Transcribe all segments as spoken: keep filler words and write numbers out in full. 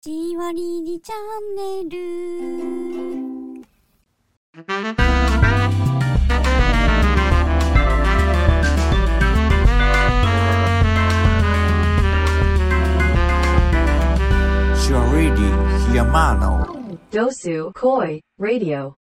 じわりにチャンネル。 シュアレディヒヤマノドスコイラディオ。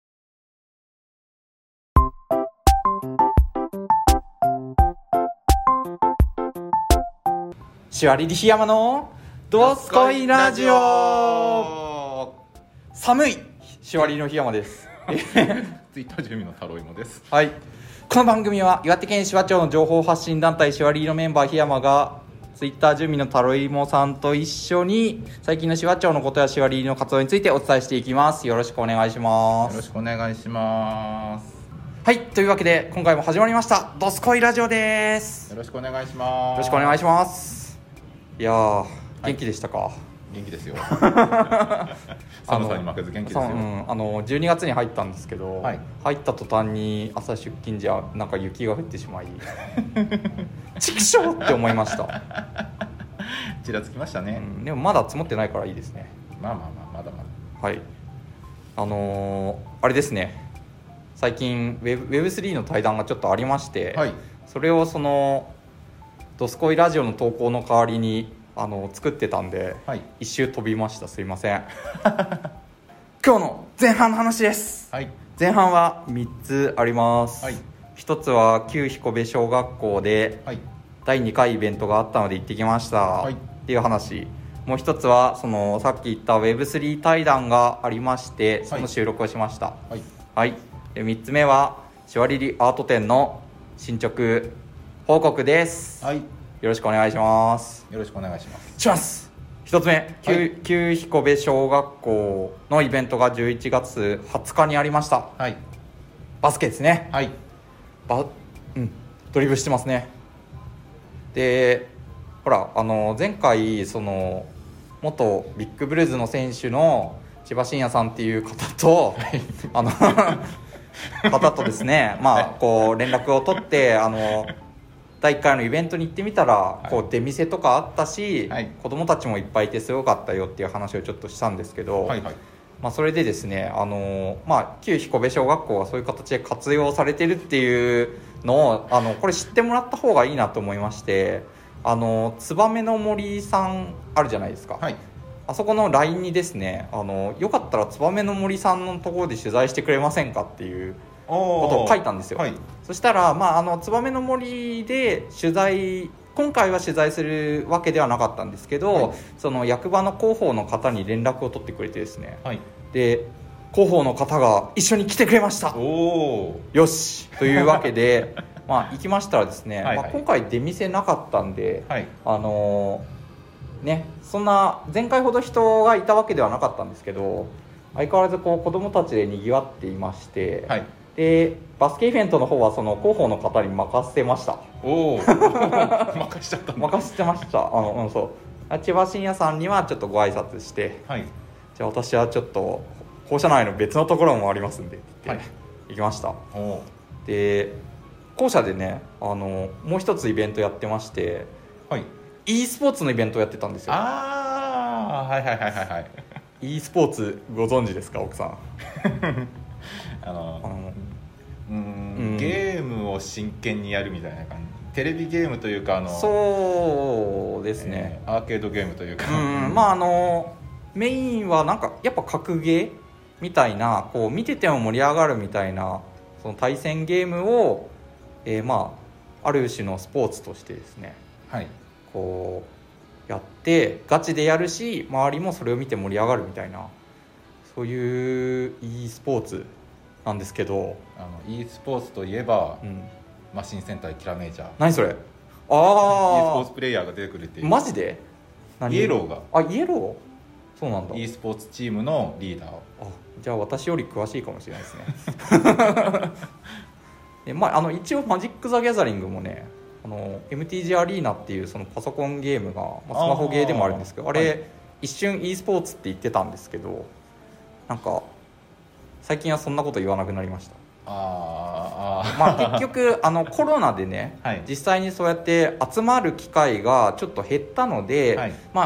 シュアリリヒヤマのドスコイラジオ。寒いシュアリリのヒヤマですツイッター住民のタロイモです。 はい、この番組は岩手県紫波町の情報発信団体シュアリリのメンバーヒヤマがツイッター住民のタロイモさんと一緒に最近の紫波町のことやシュアリリの活動についてお伝えしていきます。よろしくお願いします。 よろしくお願いします。 はい、というわけで今回も始まりましたドスコイラジオです。 よろしくお願いします。 よろしくお願いします。いやー、元気でしたか？ はい、元気ですよ寒さに負けず元気ですよ。 うん、あのじゅうにがつに入ったんですけど、はい、入った途端に朝出勤時はなんか雪が降ってしまいチクショーって思いましたちらつきましたね、 うん、でもまだ積もってないからいいですね。 まあまあまあまだまだ。はい、あのー、あれですね、最近 ウェブ ウェブスリー の対談がちょっとありまして、はい、それをそのドスコイラジオの投稿の代わりにあの作ってたんで、はい、一周飛びました。すいません今日の前半の話です、はい、前半はみっつあります、はい、ひとつは旧彦部小学校でだいにかいイベントがあったので行ってきました、はい、っていう話。もうひとつはそのさっき言った ウェブスリー 対談がありましてその収録をしました。はい、はい、でみっつめはシュアリリアート展の進捗報告です、はい、よろしくお願いします。 よろしくお願いしますしますひとつめ、はい、旧彦部小学校のイベントがじゅういちがつはつかにありました、はい、バスケですね。はい、バうんドリブルしてますね。でほらあの前回その元ビッグブルーズの選手の千葉真也さんっていう方とあの方とですね、まあこう連絡を取ってあのだいいっかいのイベントに行ってみたらこう出店とかあったし、はい、子供たちもいっぱいいてすごかったよっていう話をちょっとしたんですけど、はいはい、まあ、それでですねあの、まあ、旧彦部小学校がそういう形で活用されてるっていうのをあのこれ知ってもらった方がいいなと思いまして、あの燕の森さんあるじゃないですか、はい、あそこの ライン にですねあのよかったら燕の森さんのところで取材してくれませんかっていうことを書いたんですよ、はい、そしたら、まあ、あの燕の森で取材今回は取材するわけではなかったんですけど、はい、その役場の広報の方に連絡を取ってくれてですね、はい、で広報の方が一緒に来てくれました。およしというわけでまあ行きましたらですね、はいはい、まあ、今回出店なかったんで、はい、あのー、ねそんな前回ほど人がいたわけではなかったんですけど相変わらずこう子どもたちでにぎわっていまして、はい、でバスケイベントの方はその広報の方に任せました。お任しちゃったんだ。 任せてました。あの、うん、そう千葉真也さんにはちょっとご挨拶して、はい、じゃあ私はちょっと校舎内の別のところもありますんでって言って、はい、行きました。おで校舎でねあのもう一つイベントやってまして、はい、e スポーツのイベントをやってたんですよ。 ああはいはいはいはいはい e スポーツご存知ですか奥さんあのあのうーん、うん、ゲームを真剣にやるみたいな感じ。テレビゲームというかあのそうですね、 えー、アーケードゲームというか、 うん、まああのメインはなんかやっぱ格ゲーみたいなこう見てても盛り上がるみたいなその対戦ゲームを、えー、まあある種のスポーツとしてですね、はい、こうやってガチでやるし周りもそれを見て盛り上がるみたいなそういう e スポーツなんですけど、 あの e スポーツといえば、うん、マシン戦隊キラメイジャー。 何それ？ああ e スポーツプレイヤーが出てくるっていう。 マジで？ イエローがあイエローそうなんだ。 e スポーツチームのリーダーを。 あじゃあ私より詳しいかもしれないですねで、まあ、あの一応マジック・ザ・ギャザリングもねあの エムティージー アリーナっていうそのパソコンゲームが、まあ、スマホゲーでもあるんですけど あ, あれ、はい、一瞬 e スポーツって言ってたんですけどなんか最近はそんなこと言わなくなりました。ああまあ結局あのコロナでね、はい、実際にそうやって集まる機会がちょっと減ったので、はい、まあ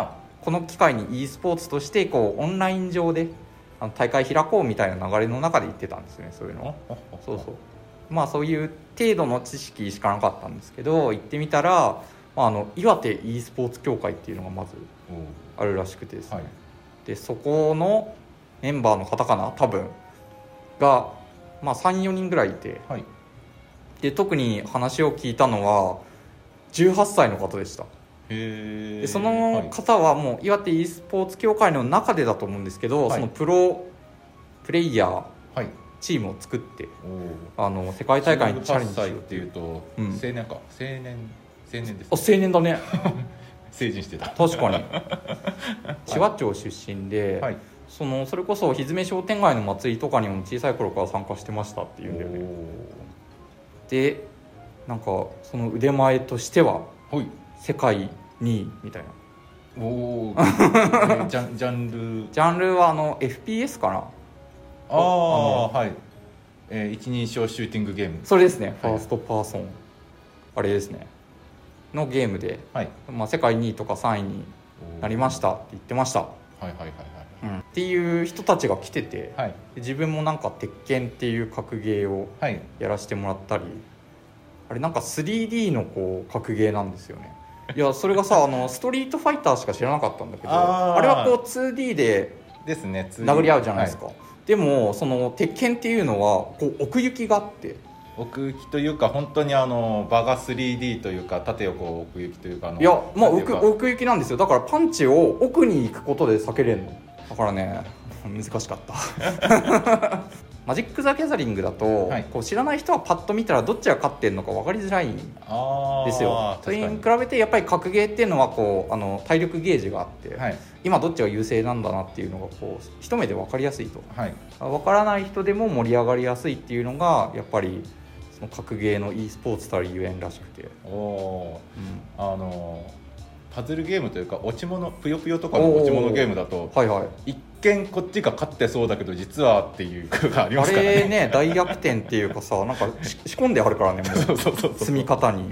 この機会に e スポーツとしてこうオンライン上であの大会開こうみたいな流れの中で言ってたんですよね、そういうのは。そうそう、まあそういう程度の知識しかなかったんですけど、行ってみたら、まあ、あの岩手 e スポーツ協会っていうのがまずあるらしくてですね、はい、でそこのメンバーの方かな多分が、まあ、さん、よにんぐらいいて、はい、で特に話を聞いたのはじゅうはっさいの方でした。へでその方はもう岩手 e スポーツ協会の中でだと思うんですけど、はい、そのプロプレイヤーチームを作って、はい、あの世界大会にチャレンジしようっていうと、うん、青年か青年青年です、ね、あ青年だね成人してた確かに千葉町出身で、はい、そのそれこそひずめ商店街の祭りとかにも小さい頃から参加してましたっていうんだよね。でなんかその腕前としては、はい、世界にいみたいな。 おージャン、ジャンルジャンルはあの エフピーエス かな。ああはい、えー、一人称シューティングゲーム。 それですね、はい、ファーストパーソンあれですねのゲームで、はいまあ、世界にいとかさんいになりましたって言ってました。はいはいはいはい、うん、っていう人たちが来てて、はい、自分もなんか鉄拳っていう格ゲーをやらせてもらったり、はい、あれなんか スリーディー のこう格ゲーなんですよね。いやそれがさあのストリートファイターしか知らなかったんだけど あ, あれはこう ツーディー で殴り合うじゃないですか、はい、でもその鉄拳っていうのはこう奥行きがあって、 奥行きというか本当にあの場が スリーディー というか縦横奥行きというかあのいやまあ 奥, 奥行きなんですよ。だからパンチを奥に行くことで避けれるのだからね難しかったマジック・ザ・ギャザリングだと、はい、こう知らない人はパッと見たらどっちが勝ってるのか分かりづらいんですよ。それに比べてやっぱり格ゲーっていうのはこうあの体力ゲージがあって、はい、今どっちが優勢なんだなっていうのがこう一目で分かりやすいと、はい、分からない人でも盛り上がりやすいっていうのがやっぱりその格ゲーの e スポーツたるゆえんらしくて、お、 うん、あのパズルゲームというか落ち物ぷよぷよとかの落ち物ゲームだと、はいはい、一見こっちが勝ってそうだけど実はっていうのがありますからね。 あれね大逆転っていうかさなんか仕込んであるからねもう積み方に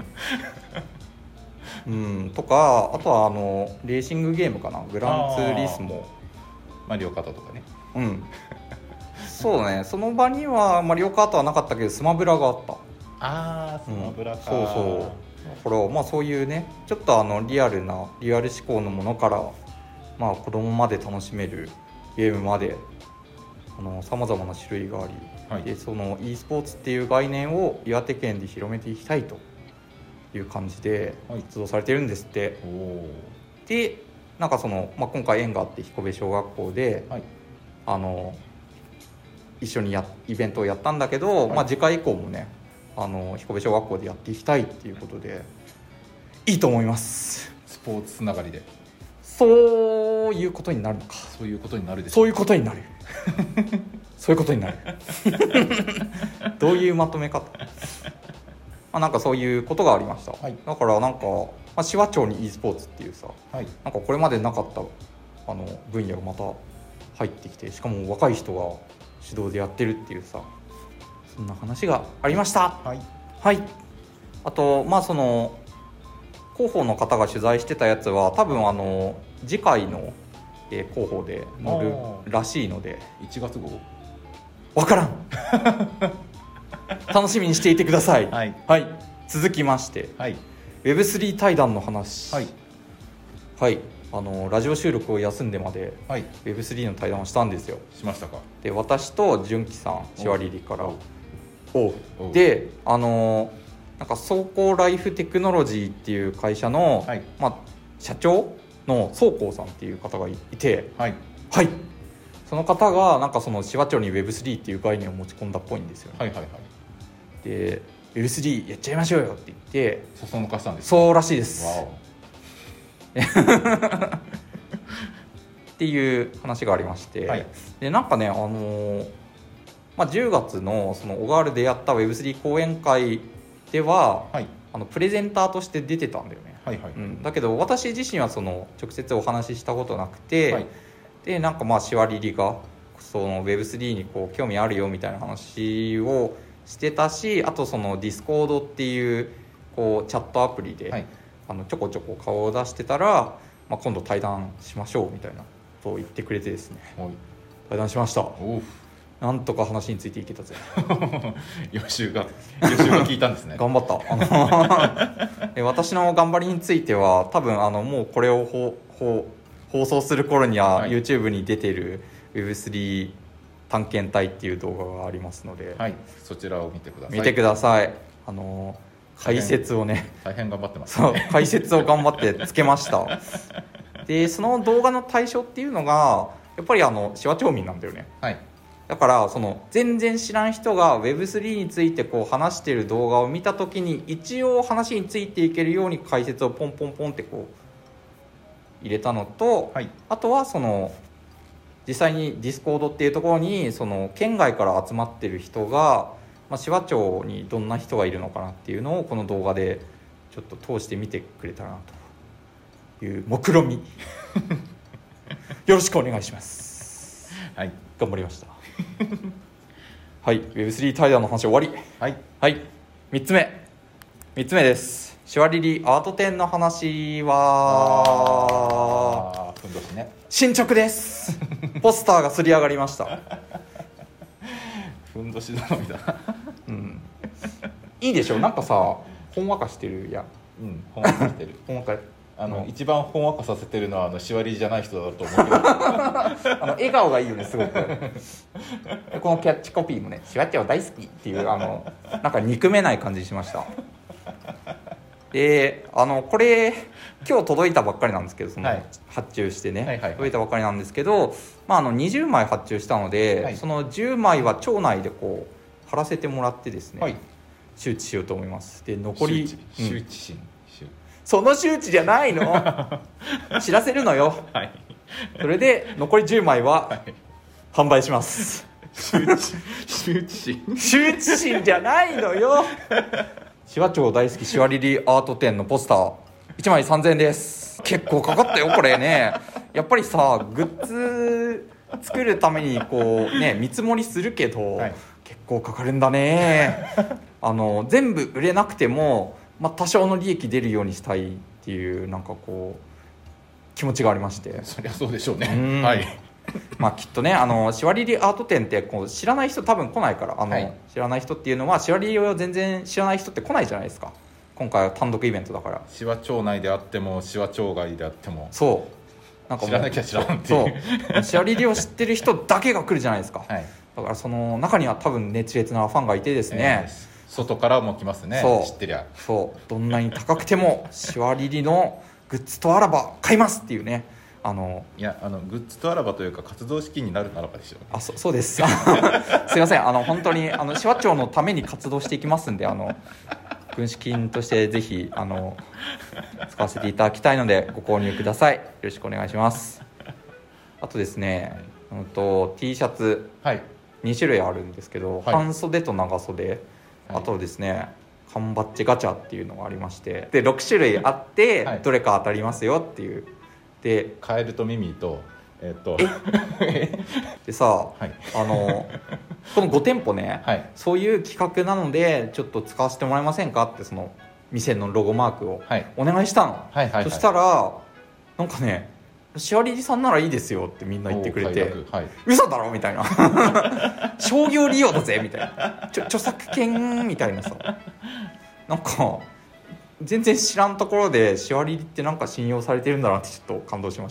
うんとかあとはあのレーシングゲームかなグランツーリスモマリオカートとかね。 うんそうねその場にはマリオカートはなかったけどスマブラがあった。 あースマブラか、 うん、そうそうだからまあそういうねちょっとあのリアルなリアル思考のものからまあ子供まで楽しめるゲームまでさまざまな種類があり、はい、でその e スポーツっていう概念を岩手県で広めていきたいという感じで活動されてるんですって、はい、でなんかその、まあ、今回縁があって彦部小学校で、はい、あの一緒にやイベントをやったんだけど、はいまあ、次回以降もねあの彦部小学校でやっていきたいっていうことでいいと思います。 スポーツつながりでそういうことになるのか。 そういうことになるでしょう。 そういうことになるそういうことになるどういうまとめ方まあなんかそういうことがありました、はい、だからなんか、まあ、紫波町に e スポーツっていうさ、はい、なんかこれまでなかったあの分野がまた入ってきてしかも若い人が指導でやってるっていうさそんな話がありました。はい、はい、あとまあその広報の方が取材してたやつは多分あの次回の広報で載るらしいのでいちがつ号わからん楽しみにしていてください。はい、はい、続きまして、はい、ウェブスリー 対談の話、はい、はい、あのラジオ収録を休んでまで、はい、ウェブスリー の対談をしたんですよ。 しましたか。 で私と純喜さんしわりりからおであのなんか走行ライフテクノロジーっていう会社の、はいまあ、社長の宗光さんっていう方がいて、はい、はい、その方がなんかその紫波町に ウェブスリー っていう概念を持ち込んだっぽいんですよね。はいはいはい、で ウェブスリー やっちゃいましょうよって言ってそそのかしたんですか。 そうらしいです。わおっていう話がありまして、はい、でなんかねあのーまあ、じゅうがつ の, その小川でやった ウェブスリー 講演会では、はい、あのプレゼンターとして出てたんだよね。はいはい、うん、だけど私自身はその直接お話ししたことなくて、はい、でなんかまあしわりりがその ウェブスリー にこう興味あるよみたいな話をしてたしあとその Discord っていうこうチャットアプリで、はい、あのちょこちょこ顔を出してたらまあ、今度対談しましょうみたいなことを言ってくれてですね、 はい、 対談しました。 おなんとか話についていけたぜ予習が予習が効いたんですね頑張ったあの私の頑張りについては多分あのもうこれをほほ放送する頃には、はい、YouTube に出てる ウェブスリー 探検隊っていう動画がありますので、 はい、そちらを見てください。 見てください。あの解説をね大変頑張ってますね。 そう解説を頑張ってつけましたでその動画の対象っていうのがやっぱりあの手話町民なんだよね。 はい、 だからその全然知らん人が ウェブスリー についてこう話してる動画を見た時に一応話についていけるように解説をポンポンポンってこう入れたのと、はい、あとはその実際にディスコードっていうところにその県外から集まってる人が、まあ、手話町にどんな人がいるのかなっていうのをこの動画でちょっと通してみてくれたらなという目論みよろしくお願いします。 はい、 頑張りましたはい、ウェブスリー 対談の話終わり。 はい、 はい、みっつめみっつめです。手話リリアート展の話はふんどしね進捗ですポスターがすり上がりましたふんどし頼みだなうんいいでしょ。なんかさほんわかしてるやん。 うんほんわかしてるほんわかあの、うん、一番ほんわかさせてるのはあのしわりじゃない人だと思うけどあの笑顔がいいよねすごくこのキャッチコピーもねしわっちゃん大好きっていうあのなんか憎めない感じしましたであのこれ今日届いたばっかりなんですけどその、はい、発注してね、はいはいはい、届いたばっかりなんですけど、まあ、あのにじゅうまい発注したので、はい、そのじゅうまいは町内でこう貼らせてもらってですね、はい、周知しようと思います。で残り周知し、うんその周知じゃないの知らせるのよ、はい、それで残りじゅうまいは販売します。 周知周知心周知心じゃないのよ手話町大好き手話リリアート展のポスターいちまいさんぜんえんです。結構かかったよこれね。やっぱりさグッズ作るためにこうね見積もりするけど、はい、結構かかるんだねあの全部売れなくてもまあ、多少の利益出るようにしたいっていうなんかこう気持ちがありまして。 そりゃそうでしょうね。はい。 まあきっとねあの手話リリアート展ってこう知らない人多分来ないからあの、はい、知らない人っていうのは手話リリを全然知らない人って来ないじゃないですか。今回は単独イベントだから手話町内であっても手話町外であってもそうなんか知らなきゃ知らんっていうそう手話リリを知ってる人だけが来るじゃないですか、はい、だからその中には多分熱烈なファンがいてですね、えー外からも来ますね。 そう知ってりゃそうどんなに高くても手話リリのグッズとあらば買いますっていうね。あのいやあのグッズとあらばというか活動資金になるならばでしょう、ね、 あ そ, そうですすいませんあの本当にあの手話町のために活動していきますんであの軍資金としてぜひあの使わせていただきたいのでご購入ください。よろしくお願いします。あとですね、はい、うんと T シャツ、はい、にしゅるいあるんですけど、はい、半袖と長袖あとですね缶バッジガチャっていうのがありましてでろくしゅるいあって、はい、どれか当たりますよっていうでカエルとミミとえっとでさ、はい、あのこのごてんぽね、はい、そういう企画なのでちょっと使わせてもらえませんかってその店のロゴマークをお願いしたの、はいはいはいはい、そしたらなんかねシワリリさんならいいですよってみんな言ってくれて、はい、嘘だろみたいな商業利用だぜみたいなちょ著作権みたいなさなんか全然知らんところでシワリリってなんか信用されてるんだなってちょっと感動しま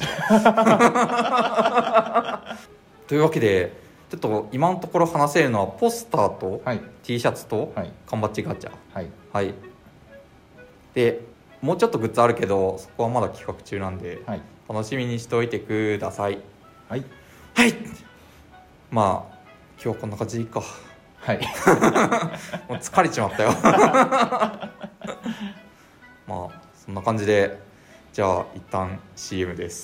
したというわけでちょっと今のところ話せるのはポスターと、はい、T シャツと、はい、缶バッジガチャ、はいはい、でもうちょっとグッズあるけどそこはまだ企画中なんで、はい、楽しみにしておいてください。はいはいまあ今日はこんな感じでいいか。はいもう疲れちまったよまあそんな感じでじゃあ一旦 シーエム です。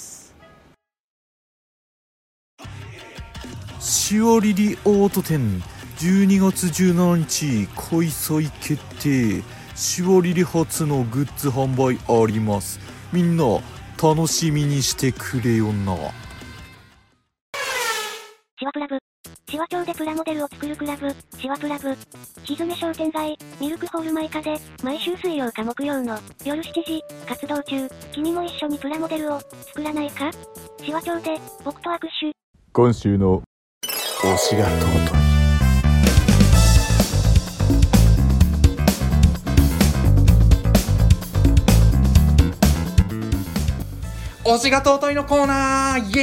しおりりオート展じゅうにがつじゅうしちにち開催決定。しおりり初のグッズ販売あります。みんな楽しみにしてくれよな。 シワプラブ紫波町でプラモデルを作るクラブ、紫波プラブ。ひずめ商店街、ミルクホールマイカで、毎週水曜か木曜の夜しちじ、活動中。君も一緒にプラモデルを作らないか？紫波町で僕と握手。 今週の推しが尊い。 推しが尊いのコーナー、イ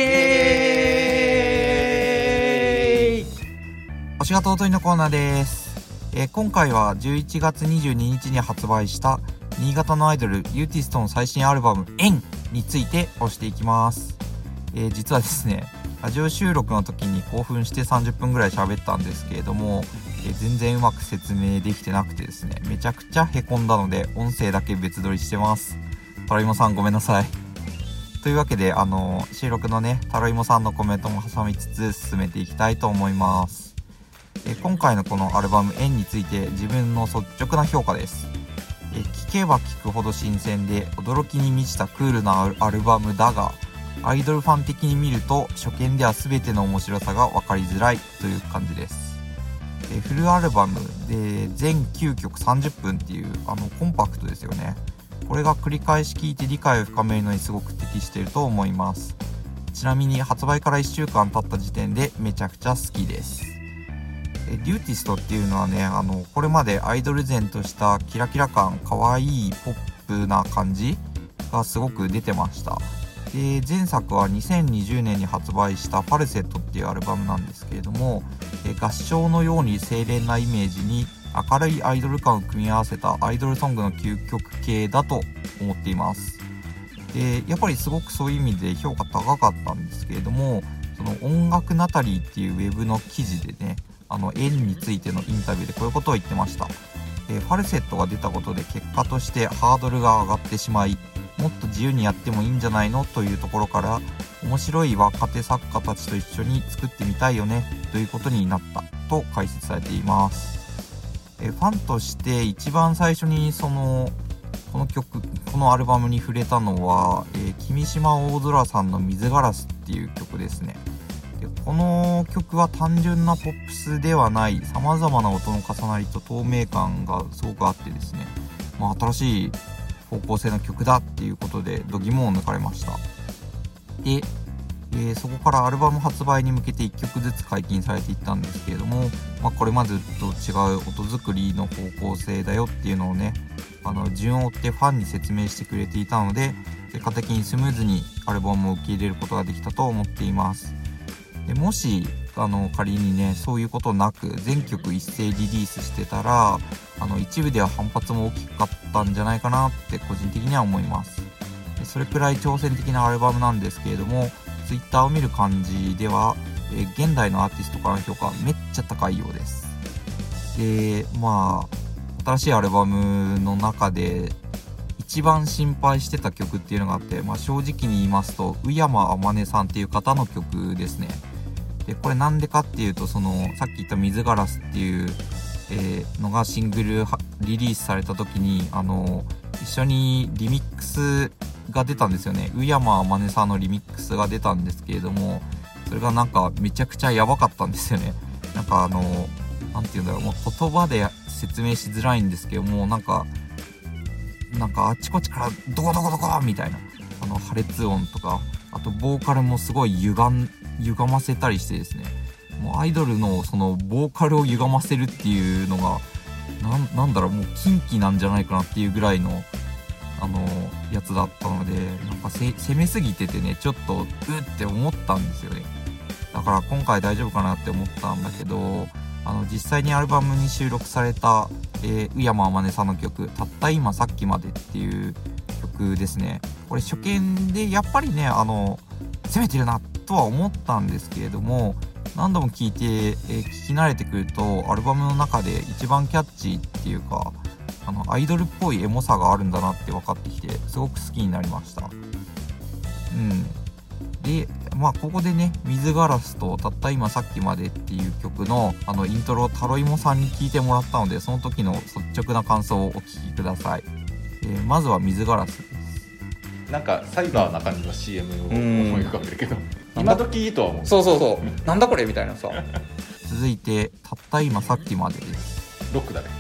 エーイ。 推しが尊いのコーナーです。えー、今回はじゅういちがつにじゅうににちに発売した新潟のアイドルユーティストの最新アルバム縁について推していきます。えー、実はですね、ラジオ収録の時に興奮してさんじゅっぷんぐらい喋ったんですけれども、えー、全然うまく説明できてなくてですね、めちゃくちゃへこんだので音声だけ別撮りしてます。タロイモさんごめんなさい。というわけで、あのー、収録のねタロイモさんのコメントも挟みつつ進めていきたいと思います。えー、今回のこのアルバム縁について自分の率直な評価です。えー、聞けば聞くほど新鮮で驚きに満ちたクールなアルバムだが、アイドルファン的に見ると初見では全ての面白さが分かりづらいという感じです。えー、フルアルバムで全きゅうきょくさんじゅっぷんっていうあのコンパクトですよね。これが繰り返し聴いて理解を深めるのにすごく適していると思います。ちなみに発売からいっしゅうかん経った時点でめちゃくちゃ好きです。えデューティストっていうのはね、あのこれまでアイドル前としたキラキラ感、可愛いポップな感じがすごく出てました。で前作はにせんにじゅうねんに発売したファルセットっていうアルバムなんですけれども、え合唱のように清廉なイメージに明るいアイドル感を組み合わせたアイドルソングの究極系だと思っています。でやっぱりすごくそういう意味で評価高かったんですけれども、その音楽ナタリーっていうウェブの記事でね、あの縁についてのインタビューでこういうことを言ってました。えファルセットが出たことで結果としてハードルが上がってしまい、もっと自由にやってもいいんじゃないのというところから、面白い若手作家たちと一緒に作ってみたいよねということになったと解説されています。えファンとして一番最初にそのこの曲このアルバムに触れたのは、えー、君島大空さんの水ガラスっていう曲ですね。でこの曲は単純なポップスではない様々な音の重なりと透明感がすごくあってですね、まあ、新しい方向性の曲だっていうことで度肝を抜かれました。でえー、そこからアルバム発売に向けていっきょくずつ解禁されていったんですけれども、まあ、これまでと違う音作りの方向性だよっていうのをね、あの順を追ってファンに説明してくれていたので、結果的にスムーズにアルバムを受け入れることができたと思っています。でもしあの仮にねそういうことなく全曲一斉リリースしてたら、あの一部では反発も大きかったんじゃないかなって個人的には思います。でそれくらい挑戦的なアルバムなんですけれども、ツイッターを見る感じでは、えー、現代のアーティストからの評価めっちゃ高いようです。でまあ新しいアルバムの中で一番心配してた曲っていうのがあって、まあ、正直に言いますと宇山あまねさんっていう方の曲ですね。でこれなんでかっていうと、そのさっき言った水ガラスっていう、えー、のがシングルリリースされた時に、あの一緒にリミックスが出たんですよね。宇山あまねさんのリミックスが出たんですけれども、それがなんかめちゃくちゃやばかったんですよね。なんかあのなんていうんだろう、もう言葉で説明しづらいんですけども、なんかなんかあっちこっちからドコドコドコみたいなあの破裂音とか、あとボーカルもすごい歪ん歪ませたりしてですね、もうアイドルのそのボーカルを歪ませるっていうのがな ん, なんだろうもう禁忌なんじゃないかなっていうぐらいのあのやつだったので、なんかせ攻めすぎててね、ちょっとうって思ったんですよね。だから今回大丈夫かなって思ったんだけど、あの実際にアルバムに収録された、えー、宇山あまねさんの曲たった今さっきまでっていう曲ですね。これ初見でやっぱりね、あの攻めてるなとは思ったんですけれども、何度も聴いて、えー、聞き慣れてくるとアルバムの中で一番キャッチーっていうか、あのアイドルっぽいエモさがあるんだなって分かってきて、すごく好きになりました。うんでまあここでね、水ガラスとたった今さっきまでっていう曲のあのイントロをタロイモさんに聞いてもらったので、その時の率直な感想をお聞きください。えー、まずは水ガラスです。 なんかサイバーな感じの シーエム を思い浮かべるけど、 今時とは思う。 そうそうそうなんだこれみたいなさ続いてたった今さっきまでです。 ロックだね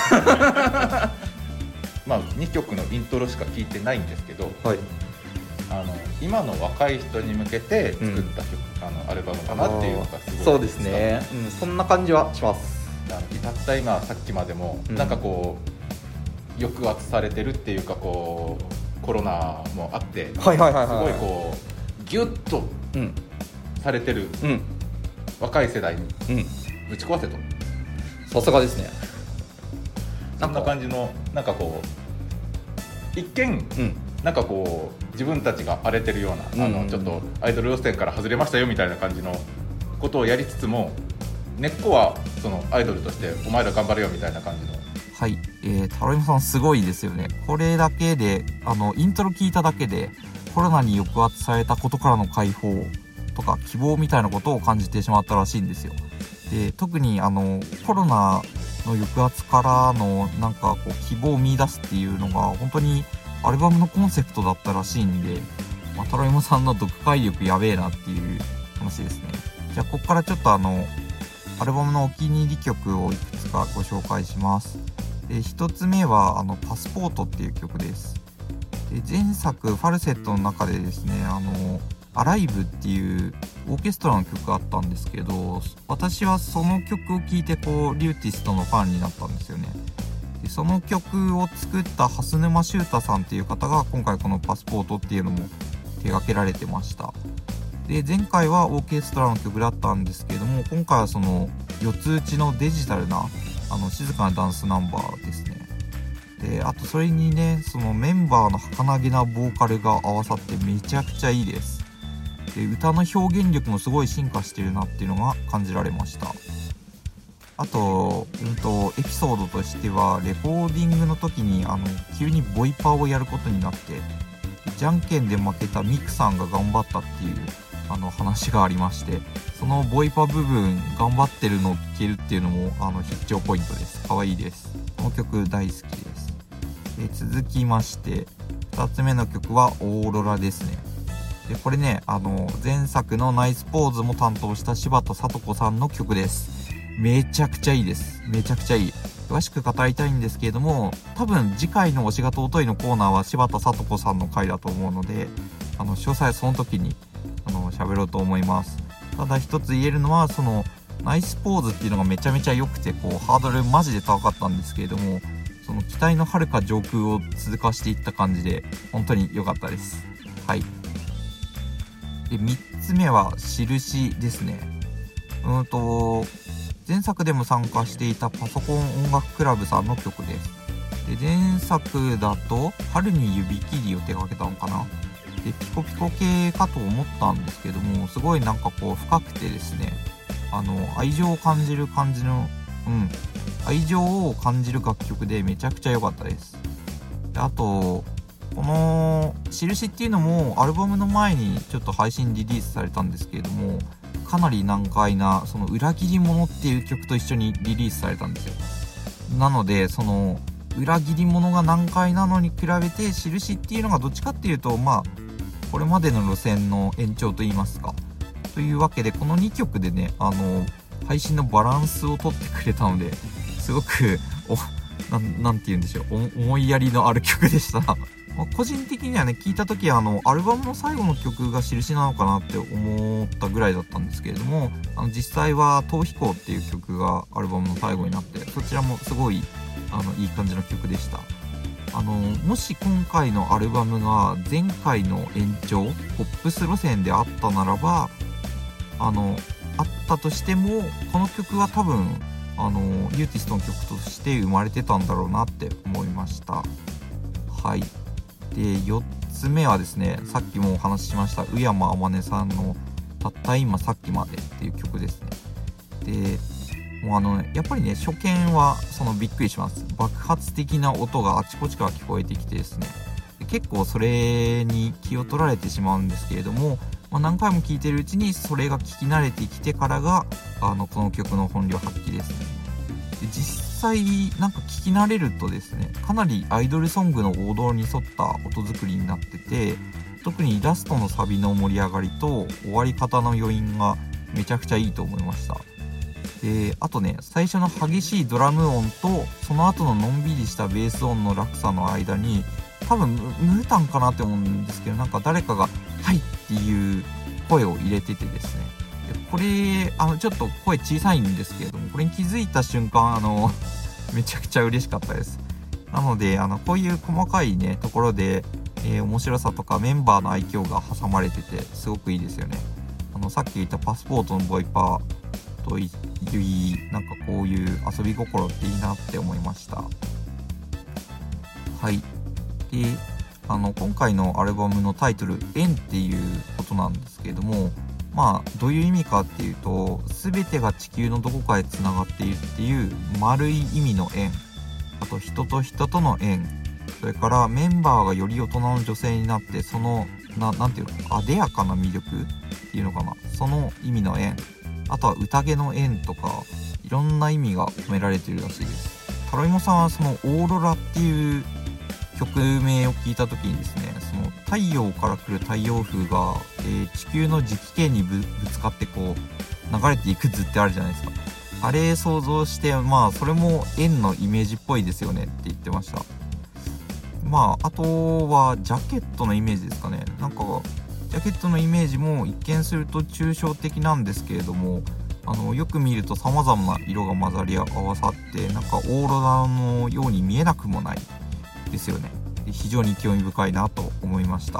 まあにきょくのイントロしか聞いてないんですけど、はい、あの今の若い人に向けて作った曲、うん、あのアルバムかなっていうのがすごいそうですね、うん、そんな感じはします。 たった今さっきまでも、うん、なんかこう抑圧されてるっていうかこうコロナもあって、はいはいはいはい、すごいこうギュッとされてる、うん、若い世代に打ち壊せと、 さすがですね。 そんな感じのなんかこう一見、うん、なんかこう自分たちが荒れてるような、うんうんうん、あのちょっとアイドル路線から外れましたよみたいな感じのことをやりつつも、根っこはそのアイドルとしてお前ら頑張れよみたいな感じの。 はい、えー、タロイモさんすごいですよね。これだけであのイントロ聞いただけでコロナに抑圧されたことからの解放とか希望みたいなことを感じてしまったらしいんですよ。で特にあのコロナの抑圧からのなんかこう希望を見出すっていうのが本当にアルバムのコンセプトだったらしいんで、まあ、タロイモさんの読解力やべえなっていう話ですね。じゃあここからちょっとあのアルバムのお気に入り曲をいくつかご紹介します。でひとつめはあのパスポートっていう曲です。で前作ファルセットの中でですね、あのアライブっていうオーケストラの曲があったんですけど、私はその曲を聴いてこうリューティストのファンになったんですよね。でその曲を作った蓮沼修太さんっていう方が今回このパスポートっていうのも手掛けられてました。で前回はオーケストラの曲だったんですけども、今回はその四つ打ちのデジタルなあの静かなダンスナンバーですね。であとそれにね、そのメンバーの儚げなボーカルが合わさってめちゃくちゃいいです。で歌の表現力もすごい進化してるなっていうのが感じられました。あと、うんと、エピソードとしてはレコーディングの時にあの急にボイパーをやることになって、じゃんけんで負けたミクさんが頑張ったっていうあの話がありまして、そのボイパ部分頑張ってるのを聴けるっていうのもあの必聴ポイントです。可愛いです。この曲大好きです。で続きましてふたつめの曲はオーロラですね。でこれね、あの前作のナイスポーズも担当した柴田聡子さんの曲です。めちゃくちゃいいです。めちゃくちゃいい。詳しく語りたいんですけれども、多分次回の推しが尊いのコーナーは柴田聡子さんの回だと思うので、あの詳細はその時にあの喋ろうと思います。ただ一つ言えるのは、そのナイスポーズっていうのがめちゃめちゃ良くて、こうハードルマジで高かったんですけれども、その機体の遥か上空を通過していった感じで本当に良かったです。はい。でみっつめは印ですね。うんと前作でも参加していたパソコン音楽クラブさんの曲です。で前作だと春に指切りを手掛けたのかな。でピコピコ系かと思ったんですけども、すごいなんかこう深くてですね、あの愛情を感じる感じのうん愛情を感じる楽曲でめちゃくちゃ良かったです。であとこの印っていうのもアルバムの前にちょっと配信リリースされたんですけれども、かなり難解なその裏切り者っていう曲と一緒にリリースされたんですよ。なのでその裏切り者が難解なのに比べて印っていうのがどっちかっていうと、まあこれまでの路線の延長といいますか、というわけでこのにきょくでね、あの配信のバランスを取ってくれたので、すごくおな ん, なんて言うんでしょう、思いやりのある曲でしたまあ個人的にはね、聞いた時はあのアルバムの最後の曲が印なのかなって思ったぐらいだったんですけれども、あの実際は逃避行っていう曲がアルバムの最後になって、そちらもすごいあのいい感じの曲でした。あのもし今回のアルバムが前回の延長ポップス路線であったならば、あのあったとしてもこの曲は多分あのユーティストの曲として生まれてたんだろうなって思いました。はい。でよっつめはですね、さっきもお話ししました宇山天音さんのたった今さっきまでっていう曲ですね。でもうあの、ね、やっぱりね初見はそのびっくりします。爆発的な音があちこちから聞こえてきてですね、で結構それに気を取られてしまうんですけれども、まあ、何回も聴いてるうちにそれが聞き慣れてきてからがあのこの曲の本領発揮ですね。で実際なんか聞き慣れるとですね、かなりアイドルソングの王道に沿った音作りになってて、 特にイラストのサビの盛り上がりと終わり方の余韻がめちゃくちゃいいと思いました。であとね、最初の激しいドラム音とその後ののんびりしたベース音の落差の間に、多分ムータンかなって思うんですけど、なんか誰かがはいっていう声を入れててですね、でこれあのちょっと声小さいんですけれども、これに気づいた瞬間あのめちゃくちゃ嬉しかったです。なのであのこういう細かいねところで、えー、面白さとかメンバーの愛嬌が挟まれててすごくいいですよね。あのさっき言ったパスポートのボイパーといい、なんかこういう遊び心っていいなって思いました。はい。であの今回のアルバムのタイトル「縁」っていうことなんですけれども、まあどういう意味かっていうと、全てが地球のどこかへつながっているっていう丸い意味の縁、あと人と人との縁、それからメンバーがより大人の女性になって、そのななんていうの、あでやかな魅力っていうのかな、その意味の縁、あとは宴の縁とか、いろんな意味が込められているらしいです。タロイモさんはそのオーロラっていう曲名を聞いた時にですね、その太陽から来る太陽風が、えー、地球の磁気圏に ぶ, ぶつかってこう流れていく図ってあるじゃないですか。あれ想像して、まあそれも円のイメージっぽいですよねって言ってました。まああとはジャケットのイメージですかね。なんかジャケットのイメージも一見すると抽象的なんですけれども、あのよく見ると様々な色が混ざり合わさって、なんかオーロラのように見えなくもないですよね。非常に興味深いなと思いました。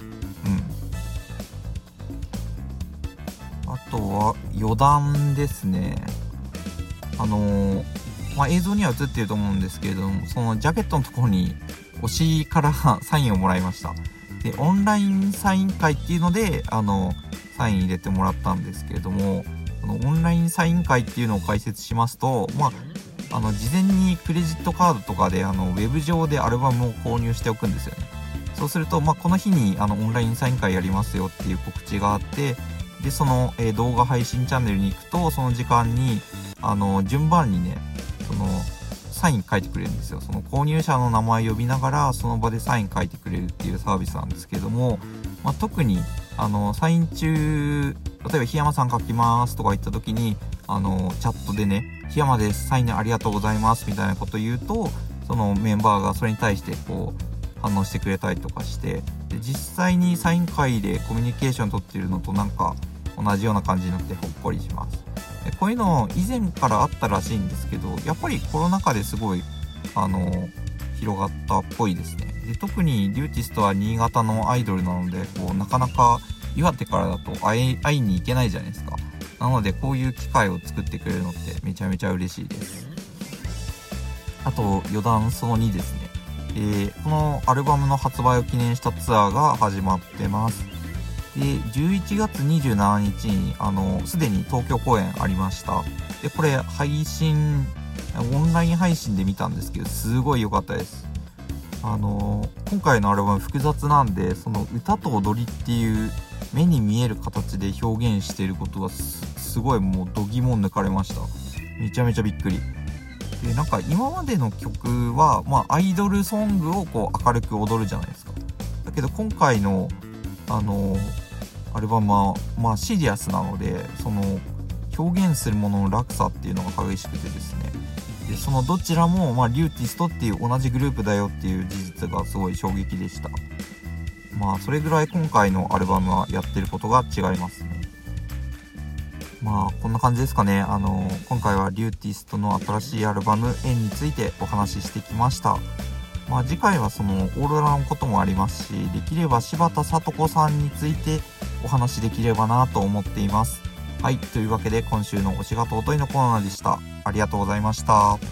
うん。あとは余談ですね。あのー、まあ、映像には映っていると思うんですけれども、そのジャケットのところに推しからサインをもらいました。で、オンラインサイン会っていうので、あのサイン入れてもらったんですけれども、このオンラインサイン会っていうのを解説しますと、まああの事前にクレジットカードとかであのウェブ上でアルバムを購入しておくんですよね。そうすると、まあ、この日にあのオンラインサイン会やりますよっていう告知があって、でその、えー、動画配信チャンネルに行くと、その時間にあの順番にね、そのサイン書いてくれるんですよ。その購入者の名前呼びながらその場でサイン書いてくれるっていうサービスなんですけども、まあ、特にあのサイン中、例えば檜山さん書きますとか言った時に、あのチャットでね、檜山です、サインありがとうございますみたいなこと言うと、そのメンバーがそれに対してこう反応してくれたりとかして、で実際にサイン会でコミュニケーション取ってるのとなんか同じような感じになってほっこりします。でこういうの以前からあったらしいんですけど、やっぱりコロナ禍ですごいあの広がったっぽいですね。で特にリューティストは新潟のアイドルなので、こうなかなか岩手からだと会い、会いに行けないじゃないですか。なのでこういう機会を作ってくれるのってめちゃめちゃ嬉しいです。あと余談そのにですね、えー、このアルバムの発売を記念したツアーが始まってます。でじゅういちがつにじゅうしちにちにあのすでに東京公演ありました。でこれ配信オンライン配信で見たんですけど、すごい良かったです。あの今回のアルバム複雑なんで、その歌と踊りっていう目に見える形で表現していることが す, すごいもう度肝抜かれました。めちゃめちゃびっくりで、なんか今までの曲は、まあ、アイドルソングをこう明るく踊るじゃないですか。だけど今回のあのアルバムは、まあ、シリアスなので、その表現するものの落差っていうのが激しくてですね、でそのどちらも、まあ、リューティストっていう同じグループだよっていう事実がすごい衝撃でした。まあそれぐらい今回のアルバムはやってることが違いますね。まあこんな感じですかね。あの今回はリューティストの新しいアルバム「縁」についてお話ししてきました。まあ次回はそのオーロラのこともありますし、できれば柴田聡子さんについてお話しできればなと思っています。はい、というわけで今週の推しが尊いのコーナーでした。ありがとうございました。 はい、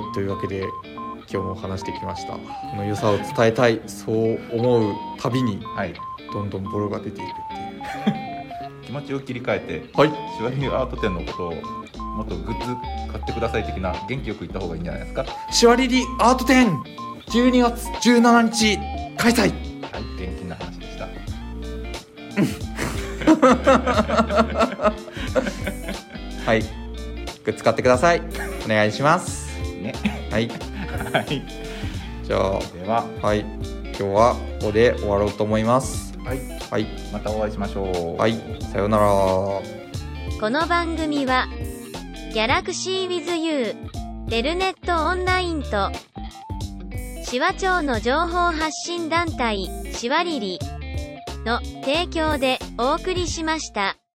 というわけで今日も話してきました。この良さを伝えたい、そう思うたびに、はい、どんどんボロが出ていくっていう気持ちを切り替えて、 はい、 シワリアート展のことをもっとグッズ買ってください的な元気よく言った方がいいんじゃないですか。 シワリリアート展じゅうにがつじゅうしちにち開催。はい、 元気な話でしたはい、グッズ買ってください。お願いしますね。 はいはい、 じゃあでは、 はい、 日はここで終わろうと思います。 はい、 はい、 またお会いしましょう。 はい、さようなら。 この番組はギャラクシー with you テルネットオンラインと紫波町の情報発信団体しわりりの提供でお送りしました。